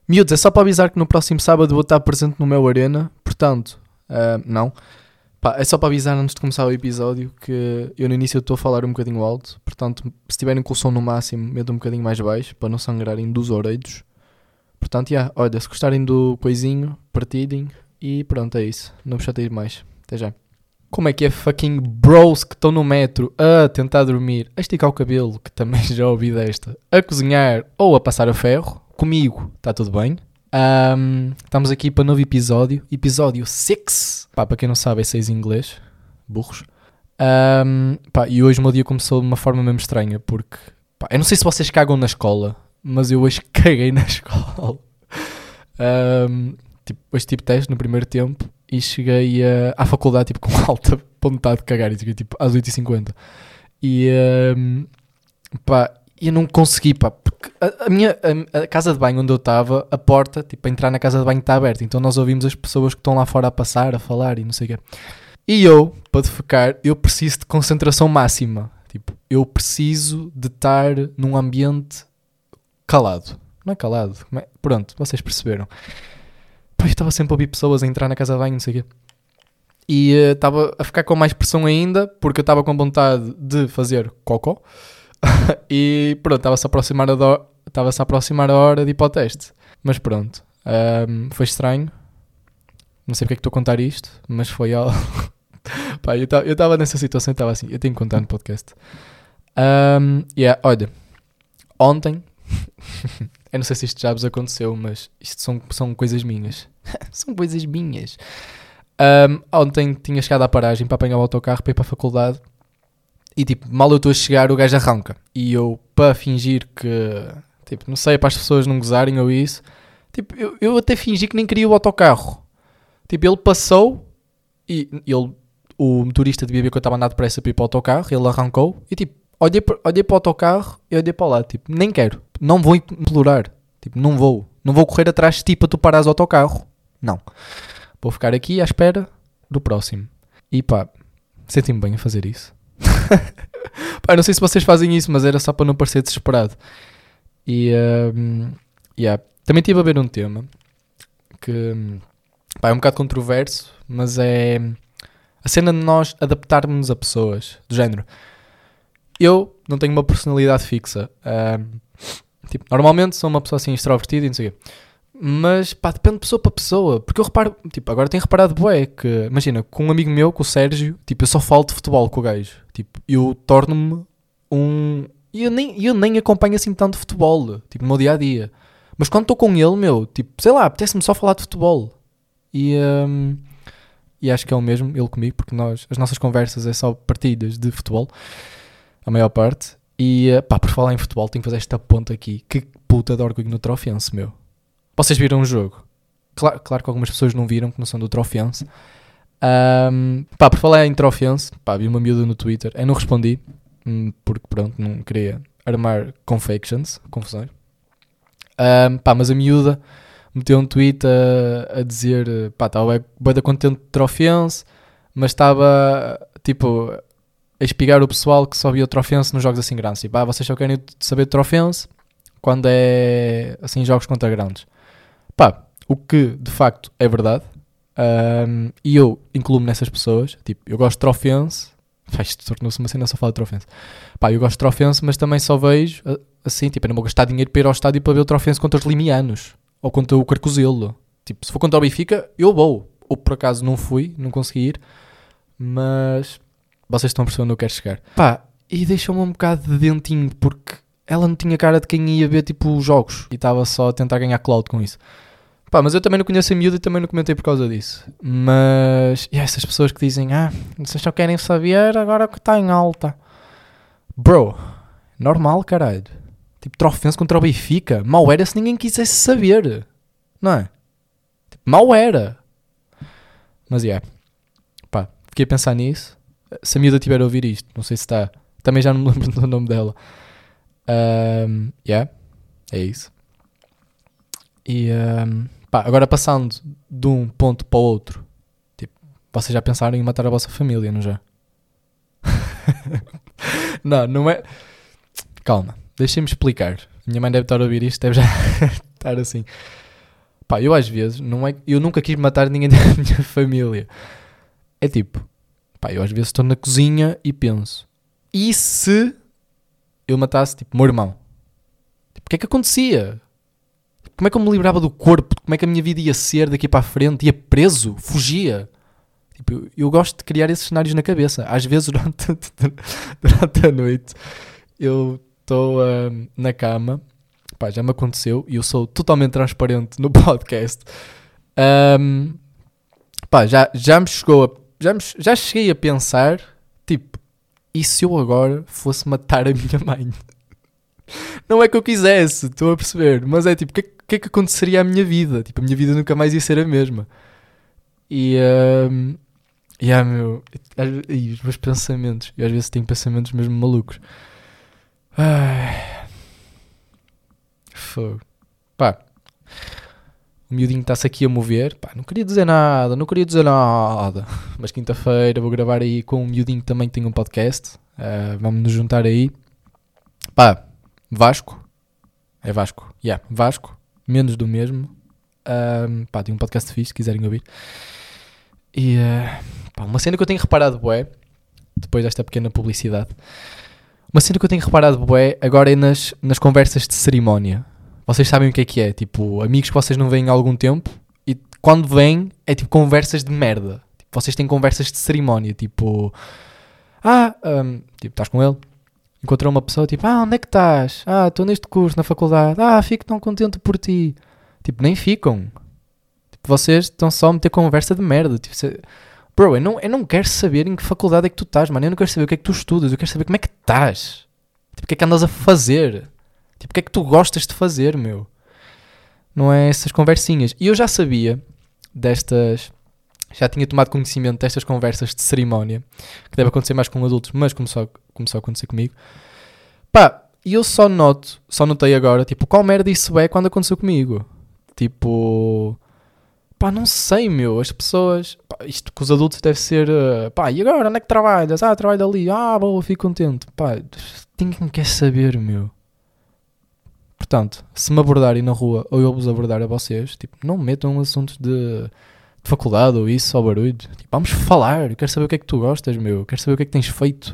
Miúdos, é só para avisar que no próximo sábado vou estar presente no meu Arena. Portanto, não. Pá, é só para avisar antes de começar o episódio que eu no início estou a falar um bocadinho alto. Portanto, se estiverem com o som no máximo, meto um bocadinho mais baixo para não sangrarem dos orelhos. Portanto, olha, se gostarem do coisinho, partilhem. E pronto, é isso. Não vos chatei mais. Até já. Como é que é fucking bros que estão no metro a tentar dormir, a esticar o cabelo, que também já ouvi desta, a cozinhar ou a passar a ferro? Comigo está tudo bem. Estamos aqui para um novo episódio. Episódio 6. Pá, para quem não sabe é 6 em inglês. Burros. E hoje o meu dia começou de uma forma mesmo estranha. Porque, pá, eu não sei se vocês cagam na escola, mas eu hoje caguei na escola. Hoje tive teste no primeiro tempo e cheguei à faculdade tipo, com alta vontade de cagar. E cheguei tipo às 8h50. E eu não consegui, pá. Porque a casa de banho onde eu estava, a porta, tipo, para entrar na casa de banho está aberta. Então nós ouvimos as pessoas que estão lá fora a passar, a falar e não sei o quê. E eu, para defecar, eu preciso de concentração máxima. Tipo, eu preciso de estar num ambiente calado. Não é calado? Pronto, vocês perceberam. Pá, eu estava sempre a ouvir pessoas a entrar na casa de banho, não sei o quê. E estava a ficar com mais pressão ainda, porque eu estava com vontade de fazer cocó. E pronto, estava-se a aproximar a hora de ir para o teste. Mas pronto, foi estranho. Não sei porque é que estou a contar isto, mas foi algo... Pá, eu estava nessa situação e estava assim, eu tenho que contar no podcast. Olha, ontem, eu não sei se isto já vos aconteceu, mas isto são coisas minhas. São coisas minhas. Ontem tinha chegado à paragem para apanhar o autocarro para ir para a faculdade. E tipo, mal eu estou a chegar, o gajo arranca. E eu, para fingir que... Tipo, não sei, para as pessoas não gozarem ou isso... Tipo, eu até fingi que nem queria o autocarro. Tipo, ele passou... E o motorista devia ver que eu estava a andar depressa para ir para o autocarro. Ele arrancou. E tipo, olhei para o autocarro e olhei para lá. Tipo, nem quero. Não vou implorar. Tipo, não vou. Não vou correr atrás de ti para tu parares o autocarro. Não. Vou ficar aqui à espera do próximo. E pá, senti-me bem a fazer isso. Pá, não sei se vocês fazem isso, mas era só para não parecer desesperado. E também estive a ver um tema que pá, é um bocado controverso, mas é a cena de nós adaptarmos a pessoas do género. Eu não tenho uma personalidade fixa. Tipo, normalmente sou uma pessoa assim extrovertida e não sei o quê. Mas pá, depende de pessoa para pessoa. Porque eu reparo, tipo, agora tenho reparado bué que, imagina, com um amigo meu, com o Sérgio, tipo, eu só falo de futebol com o gajo. Tipo, eu torno-me eu nem acompanho assim tanto futebol, tipo, no meu dia-a-dia. Mas quando estou com ele, meu, tipo, sei lá, apetece-me só falar de futebol. E acho que é o mesmo, ele comigo, porque as nossas conversas é só partidas de futebol, a maior parte. E pá, por falar em futebol, tenho que fazer esta ponta aqui. Que puta de orgulho no Trofense, meu. Vocês viram o jogo? Claro que algumas pessoas não viram, que não são do Trofense. Por falar em Trofense, vi uma miúda no Twitter. Eu não respondi, porque pronto, não queria armar confusões. Mas a miúda meteu um tweet a dizer, estava bem contente de Trofense, mas estava, tipo, a espigar o pessoal que só via o Trofense nos jogos assim grandes. Tipo, vocês só querem saber de Trofense quando é, assim, jogos contra grandes. O que de facto é verdade, e eu incluo-me nessas pessoas. Tipo, eu gosto de Trofense, isto tornou-se uma cena, só falo de Trofense. Eu gosto de Trofense, mas também só vejo assim, tipo, eu não vou gastar dinheiro para ir ao estádio para ver o Trofense contra os Limianos ou contra o Carcozelo. Tipo, se for contra o Benfica, eu vou. Ou por acaso não fui, não consegui ir, mas vocês estão percebendo onde eu quero chegar. E deixou-me um bocado de dentinho, porque ela não tinha cara de quem ia ver tipo os jogos e estava só a tentar ganhar clout com isso. Mas eu também não conheço a miúda e também não comentei por causa disso. Mas, essas pessoas que dizem, vocês só querem saber agora que está em alta. Bro, normal, caralho. Tipo, Trofense contra o Benfica. Mal era se ninguém quisesse saber. Não é? Tipo, mal era. Mas, fiquei a pensar nisso. Se a miúda tiver a ouvir isto, não sei se está. Também já não me lembro do nome dela. É isso. E, agora passando de um ponto para o outro, tipo, vocês já pensaram em matar a vossa família, não já? Não é... Calma, deixem-me explicar. Minha mãe deve estar a ouvir isto, deve já estar assim. Pá, eu às vezes, não é, eu nunca quis matar ninguém da minha família. É tipo, pá, eu às vezes estou na cozinha e penso, e se eu matasse, tipo, meu irmão? Tipo, o que é que acontecia? Como é que eu me livrava do corpo? Como é que a minha vida ia ser daqui para a frente? Ia preso? Fugia? Tipo, eu gosto de criar esses cenários na cabeça. Às vezes, durante a noite, eu estou na cama, pá, já me aconteceu, e eu sou totalmente transparente no podcast. Pá, já me chegou já cheguei a pensar, tipo, e se eu agora fosse matar a minha mãe? Não é que eu quisesse, estou a perceber, mas é tipo, o que é que aconteceria à minha vida? Tipo, a minha vida nunca mais ia ser a mesma. E, meu, e os meus pensamentos, eu às vezes tenho pensamentos mesmo malucos. Ai, fogo. Pá, o miudinho está-se aqui a mover. Pá, não queria dizer nada. Mas quinta-feira vou gravar aí com o miudinho que também tem um podcast. Vamos nos juntar aí. Pá, Vasco. É Vasco. Vasco. Menos do mesmo. Pá, tem um podcast fixe, se quiserem ouvir. E, pá, uma cena que eu tenho reparado, bué, depois desta pequena publicidade. Uma cena que eu tenho reparado, bué, agora é nas conversas de cerimónia. Vocês sabem o que é? Tipo, amigos que vocês não veem há algum tempo e quando vêm é tipo conversas de merda. Tipo, vocês têm conversas de cerimónia, tipo... tipo, estás com ele, encontrou uma pessoa, tipo, onde é que estás? Estou neste curso, na faculdade. Fico tão contente por ti. Tipo, nem ficam. Tipo, vocês estão só a meter conversa de merda. Tipo, bro, eu não quero saber em que faculdade é que tu estás, mano. Eu não quero saber o que é que tu estudas. Eu quero saber como é que estás. Tipo, o que é que andas a fazer? Tipo, o que é que tu gostas de fazer, meu? Não é essas conversinhas. E eu já sabia destas... Já tinha tomado conhecimento destas conversas de cerimónia, que deve acontecer mais com adultos, mas começou a acontecer comigo. Pá, e eu só notei agora, tipo, qual merda isso é quando aconteceu comigo. Tipo... Pá, não sei, meu. As pessoas... Pá, isto com os adultos deve ser... pá, e agora? Onde é que trabalhas? Trabalho ali. Boa, fico contente. Pá, ninguém quer saber, meu. Portanto, se me abordarem na rua ou eu vos abordar a vocês, tipo, não metam assuntos de faculdade ou isso, ou barulho. Tipo, vamos falar. Eu quero saber o que é que tu gostas, meu. Eu quero saber o que é que tens feito.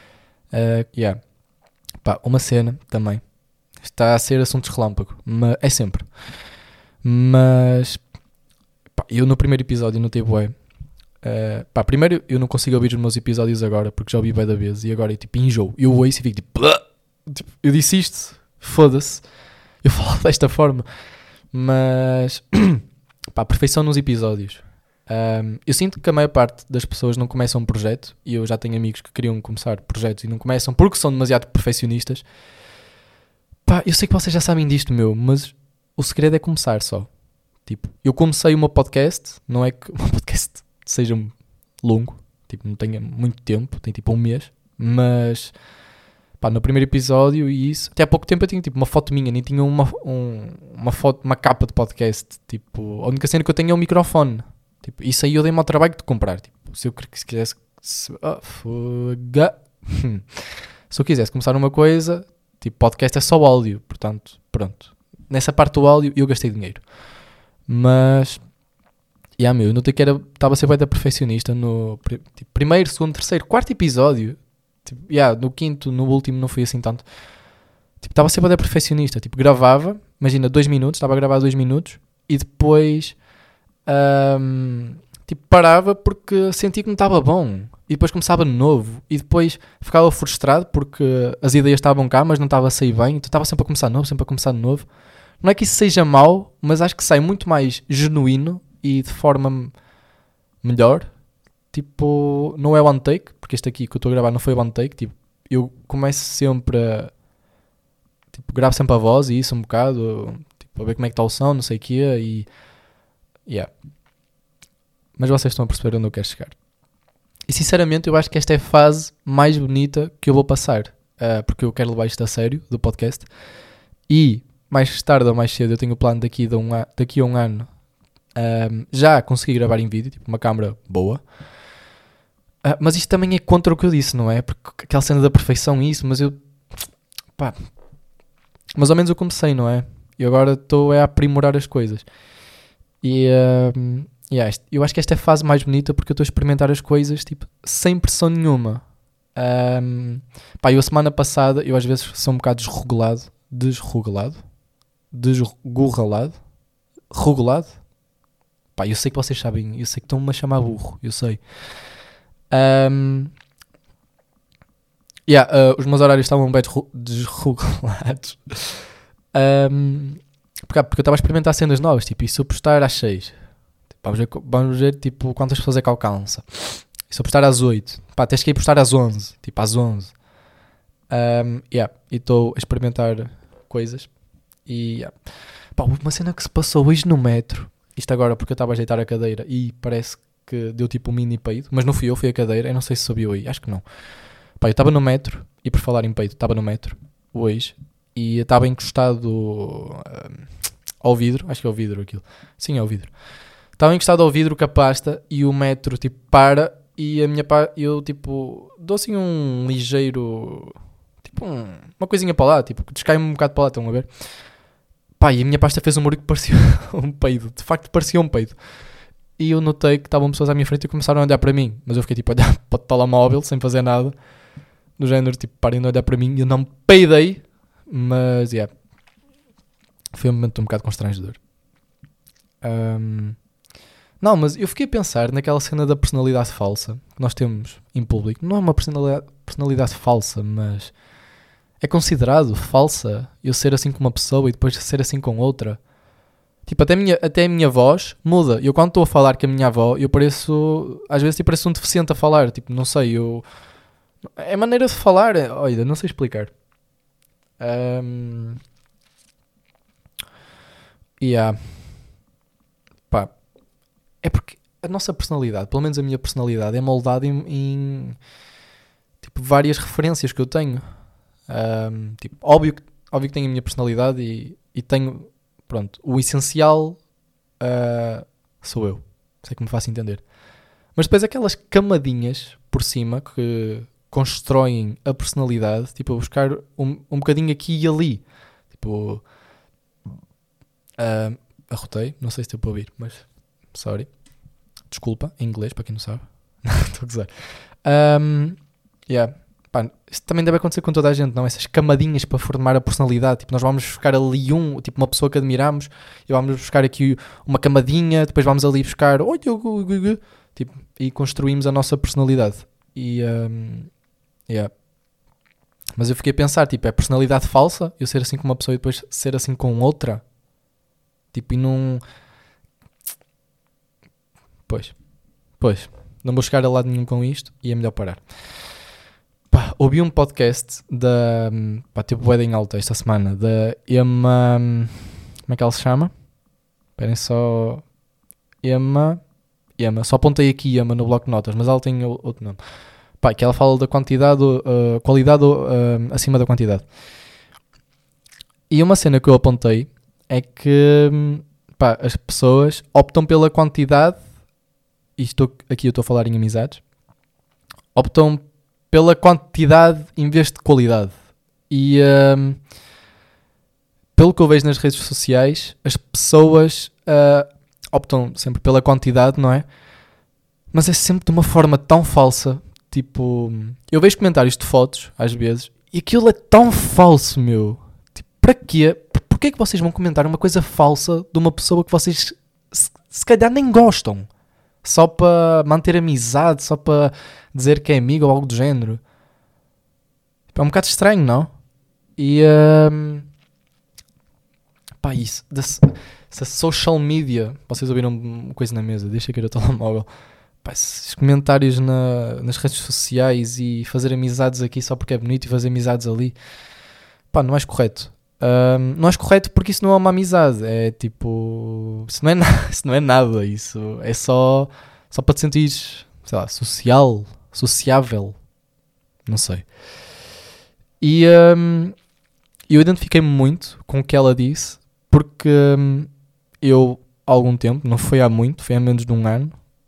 Pá, uma cena também. Está a ser assuntos relâmpago. Mas é sempre. Mas... Pá, eu no primeiro episódio notei bué. Pá, primeiro eu não consigo ouvir os meus episódios agora porque já ouvi bué da vez e agora tipo enjoo. Eu ouço e fico tipo, eu disse isto, foda-se. Eu falo desta forma. Mas pá, perfeição nos episódios. Eu sinto que a maior parte das pessoas não começam um projeto e eu já tenho amigos que queriam começar projetos e não começam porque são demasiado perfeccionistas. Pá, eu sei que vocês já sabem disto, meu, mas o segredo é começar só. Tipo, eu comecei o meu podcast, não é que o meu podcast seja longo, tipo, não tenha muito tempo, tem tipo um mês, mas pá, no primeiro episódio e isso, até há pouco tempo eu tinha tipo uma foto minha, nem tinha uma foto, uma capa de podcast, tipo, a única cena que eu tenho é um microfone, tipo, isso aí eu dei-me ao trabalho de comprar, tipo, se eu quisesse, se eu quisesse começar uma coisa, tipo, podcast é só áudio, portanto, pronto, nessa parte do áudio eu gastei dinheiro. Mas, meu, eu notei que estava a ser bem da perfeccionista no tipo, primeiro, segundo, terceiro, quarto episódio. Tipo, no quinto, no último não foi assim tanto. Tipo, estava a ser bem da perfeccionista. Tipo, gravava, imagina, 2 minutos, estava a gravar 2 minutos e depois, tipo, parava porque sentia que não estava bom. E depois começava de novo e depois ficava frustrado porque as ideias estavam cá, mas não estava a sair bem. Então estava sempre a começar de novo. Não é que isso seja mau, mas acho que sai muito mais genuíno e de forma melhor. Tipo, não é one take, porque este aqui que eu estou a gravar não foi one take. Tipo, eu começo sempre a... Tipo, gravo sempre a voz e isso um bocado. Tipo, a ver como é que está o som, não sei o quê. Mas vocês estão a perceber onde eu quero chegar. E sinceramente eu acho que esta é a fase mais bonita que eu vou passar. Porque eu quero levar isto a sério, do podcast. E... mais tarde ou mais cedo eu tenho o plano daqui a um ano já consegui gravar em vídeo, tipo uma câmera boa. Mas isto também é contra o que eu disse, não é? Porque aquela cena da perfeição e isso, mas eu... Pá, mais ou menos eu comecei, não é? E agora estou a aprimorar as coisas. E eu acho que esta é a fase mais bonita porque eu estou a experimentar as coisas tipo, sem pressão nenhuma. Eu a semana passada, eu às vezes sou um bocado desregulado, regulado. Pá, eu sei que vocês sabem, eu sei que estão-me a chamar burro, eu sei. Os meus horários estavam bem desregulados. Porque eu estava a experimentar cenas novas, tipo, e se eu postar às 6? Tipo, vamos ver tipo, quantas pessoas é que alcança. E se eu postar às 8? Pá, tens que ir postar às 11. Tipo, às 11. E estou a experimentar coisas. E, pá, uma cena que se passou hoje no metro. Isto agora porque eu estava a ajeitar a cadeira e parece que deu tipo um mini peido. Mas não fui eu, foi a cadeira. Eu não sei se subiu aí, acho que não. Pá, eu estava no metro, e por falar em peido, estava no metro hoje. E eu estava encostado ao vidro. Acho que é o vidro aquilo. Sim, é o vidro. Estava encostado ao vidro com a pasta e o metro tipo para e eu tipo dou assim um ligeiro tipo uma coisinha para lá, tipo descai-me um bocado para lá, estão a ver? Pá, e a minha pasta fez um barulho que parecia um peido, de facto parecia um peido. E eu notei que estavam pessoas à minha frente e começaram a olhar para mim, mas eu fiquei tipo a olhar para o telemóvel sem fazer nada, no género tipo parem de olhar para mim e eu não me peidei, mas foi um momento um bocado constrangedor. Não, mas eu fiquei a pensar naquela cena da personalidade falsa que nós temos em público. Não é uma personalidade falsa, mas é considerado falsa eu ser assim com uma pessoa e depois ser assim com outra. Tipo, até a minha voz muda. Eu quando estou a falar com a minha avó, eu pareço, às vezes, pareço um deficiente a falar. Tipo, não sei, é maneira de falar, olha, não sei explicar. Pá, é porque a nossa personalidade, pelo menos a minha personalidade, é moldada em tipo, várias referências que eu tenho. Tipo, óbvio que tenho a minha personalidade e tenho, pronto, o essencial sou eu. Sei que me faço entender. Mas depois aquelas camadinhas por cima que constroem a personalidade, tipo, a buscar um bocadinho aqui e ali. Tipo, arrotei, não sei se deu para ouvir, mas sorry. Desculpa, em inglês, para quem não sabe. Estou a gozar. Pá, isso também deve acontecer com toda a gente, não? Essas camadinhas para formar a personalidade. Tipo, nós vamos buscar ali tipo, uma pessoa que admiramos, e vamos buscar aqui uma camadinha, depois vamos ali buscar, tipo, e construímos a nossa personalidade. Mas eu fiquei a pensar, tipo, é personalidade falsa, eu ser assim com uma pessoa e depois ser assim com outra? Tipo, e não... Pois, não vou chegar a lado nenhum com isto e é melhor parar. Pá, ouvi um podcast da... tipo, Wedding Alta esta semana, da Emma... Como é que ela se chama? Esperem só... Emma, só apontei aqui Emma no bloco de notas, mas ela tem outro nome. Pá, que ela fala da quantidade, qualidade acima da quantidade. E uma cena que eu apontei é que as pessoas optam pela quantidade, e aqui eu estou a falar em amizades, optam pela quantidade em vez de qualidade. E pelo que eu vejo nas redes sociais, as pessoas optam sempre pela quantidade, não é? Mas é sempre de uma forma tão falsa. Tipo, eu vejo comentários de fotos, às vezes, e aquilo é tão falso, meu. Tipo, para quê? Porquê é que vocês vão comentar uma coisa falsa de uma pessoa que vocês se calhar nem gostam? Só para manter amizade, só para dizer que é amigo ou algo do género. É um bocado estranho, não? E isso. Se a social media... Vocês ouviram uma coisa na mesa, deixa que eu estou telemóvel. Esses comentários nas redes sociais e fazer amizades aqui só porque é bonito e fazer amizades ali. Não és correto. Não és correto porque isso não é uma amizade. É tipo... Isso não é nada. Isso é só para te sentir, sei lá, sociável. Não sei. E eu identifiquei-me muito com o que ela disse porque eu, há algum tempo, não foi há muito, foi há menos de um ano,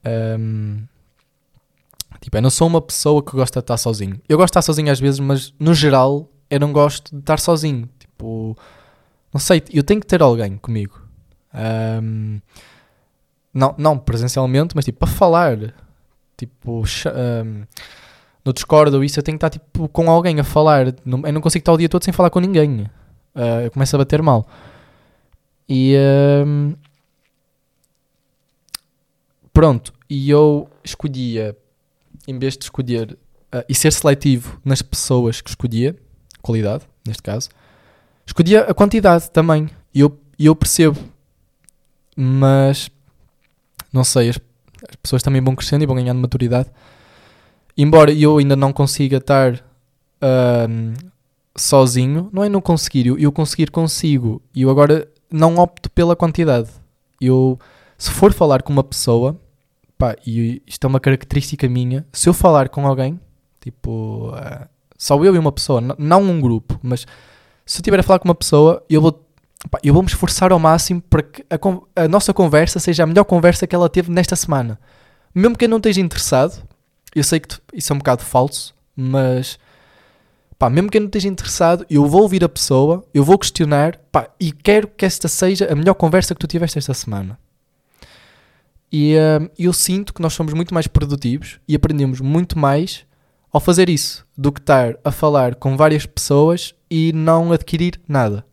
eu não sou uma pessoa que gosta de estar sozinho. Eu gosto de estar sozinho às vezes, mas no geral eu não gosto de estar sozinho. Tipo, não sei, eu tenho que ter alguém comigo. Não presencialmente, mas tipo, para falar. Tipo, no Discord ou isso, eu tenho que estar tipo, com alguém a falar. Eu não consigo estar o dia todo sem falar com ninguém. Eu começo a bater mal. E pronto, e eu escolhia, em vez de escolher e ser seletivo nas pessoas que escolhia, qualidade, neste caso, escolhia a quantidade também. E eu percebo, mas não sei, as pessoas também vão crescendo e vão ganhando maturidade. Embora eu ainda não consiga estar sozinho, não é não conseguir, eu conseguir consigo. E eu agora não opto pela quantidade. Eu, se for falar com uma pessoa, pá, e isto é uma característica minha, se eu falar com alguém, tipo, só eu e uma pessoa, não um grupo, mas se eu estiver a falar com uma pessoa, eu vou me esforçar ao máximo para que a nossa conversa seja a melhor conversa que ela teve nesta semana. Mesmo que eu não esteja interessado, eu sei que isso é um bocado falso, mas pá, mesmo que eu não esteja interessado, eu vou ouvir a pessoa, eu vou questionar, pá, e quero que esta seja a melhor conversa que tu tiveste esta semana. E eu sinto que nós somos muito mais produtivos e aprendemos muito mais ao fazer isso do que estar a falar com várias pessoas e não adquirir nada.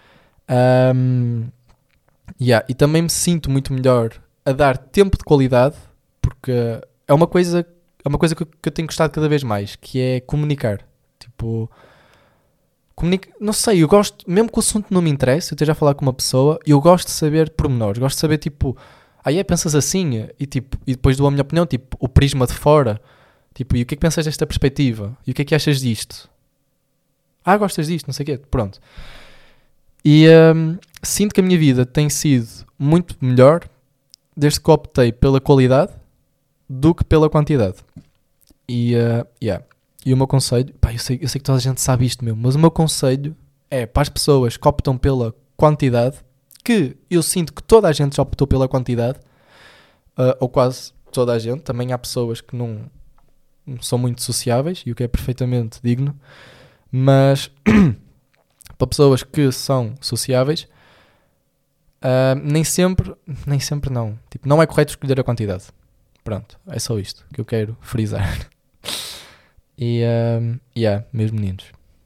E também me sinto muito melhor a dar tempo de qualidade, porque é uma coisa que eu tenho gostado cada vez mais, que é comunicar. Tipo, não sei, eu gosto, mesmo que o assunto não me interesse, eu esteja a falar com uma pessoa, eu gosto de saber pormenores, gosto de saber, tipo, pensas assim, e depois dou a minha opinião, tipo, o prisma de fora, tipo, e o que é que pensas desta perspectiva? E o que é que achas disto? Gostas disto, não sei o quê, pronto. E sinto que a minha vida tem sido muito melhor desde que optei pela qualidade do que pela quantidade. E o meu conselho, pá, eu sei que toda a gente sabe isto mesmo, mas o meu conselho é para as pessoas que optam pela quantidade, que eu sinto que toda a gente já optou pela quantidade, ou quase toda a gente. Também há pessoas que não são muito sociáveis, e o que é perfeitamente digno, mas para pessoas que são sociáveis, nem sempre não. Tipo, não é correto escolher a quantidade. Pronto, é só isto que eu quero frisar. E, meus meninos,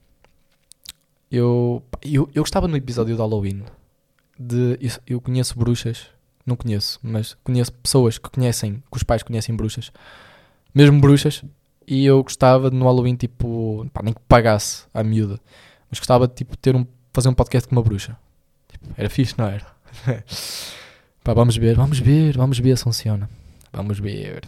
eu gostava no episódio de Halloween eu conheço bruxas, não conheço, mas conheço pessoas que os pais conhecem bruxas, mesmo bruxas, e eu gostava de no Halloween, tipo, pá, nem que pagasse à miúda, mas gostava de tipo, fazer um podcast com uma bruxa. Tipo, era fixe, não era? Pá, vamos ver se funciona. Vamos ver.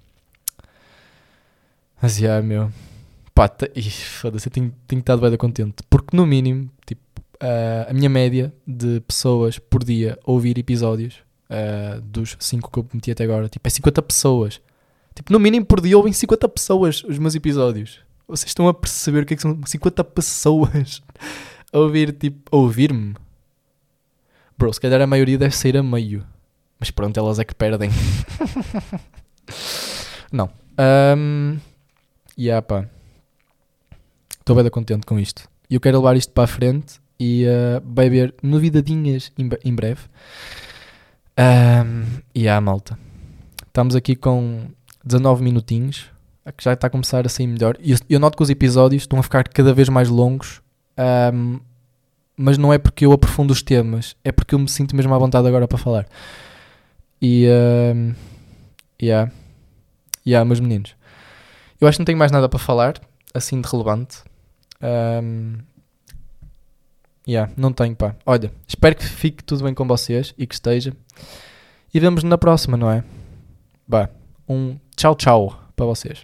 Mas meu, pá, foda-se, eu tenho estado bem contente, porque no mínimo, tipo, a minha média de pessoas por dia a ouvir episódios, dos 5 que eu meti até agora, tipo, é 50 pessoas. Tipo, no mínimo por dia ouvem 50 pessoas os meus episódios. Vocês estão a perceber o que é que são 50 pessoas a ouvir-me? Bro, se calhar a maioria deve sair a meio. Mas pronto, elas é que perdem. Não. Pá. Estou bem contente com isto. E eu quero levar isto para a frente e vai haver novidadinhas em breve. Malta. Estamos aqui com 19 minutinhos, que já está a começar a sair melhor. E eu noto que os episódios estão a ficar cada vez mais longos, mas não é porque eu aprofundo os temas, é porque eu me sinto mesmo à vontade agora para falar. E meus meninos, eu acho que não tenho mais nada para falar assim de relevante. Não tenho, pá. Olha, espero que fique tudo bem com vocês e que esteja. E vemos na próxima, não é? Um tchau para vocês.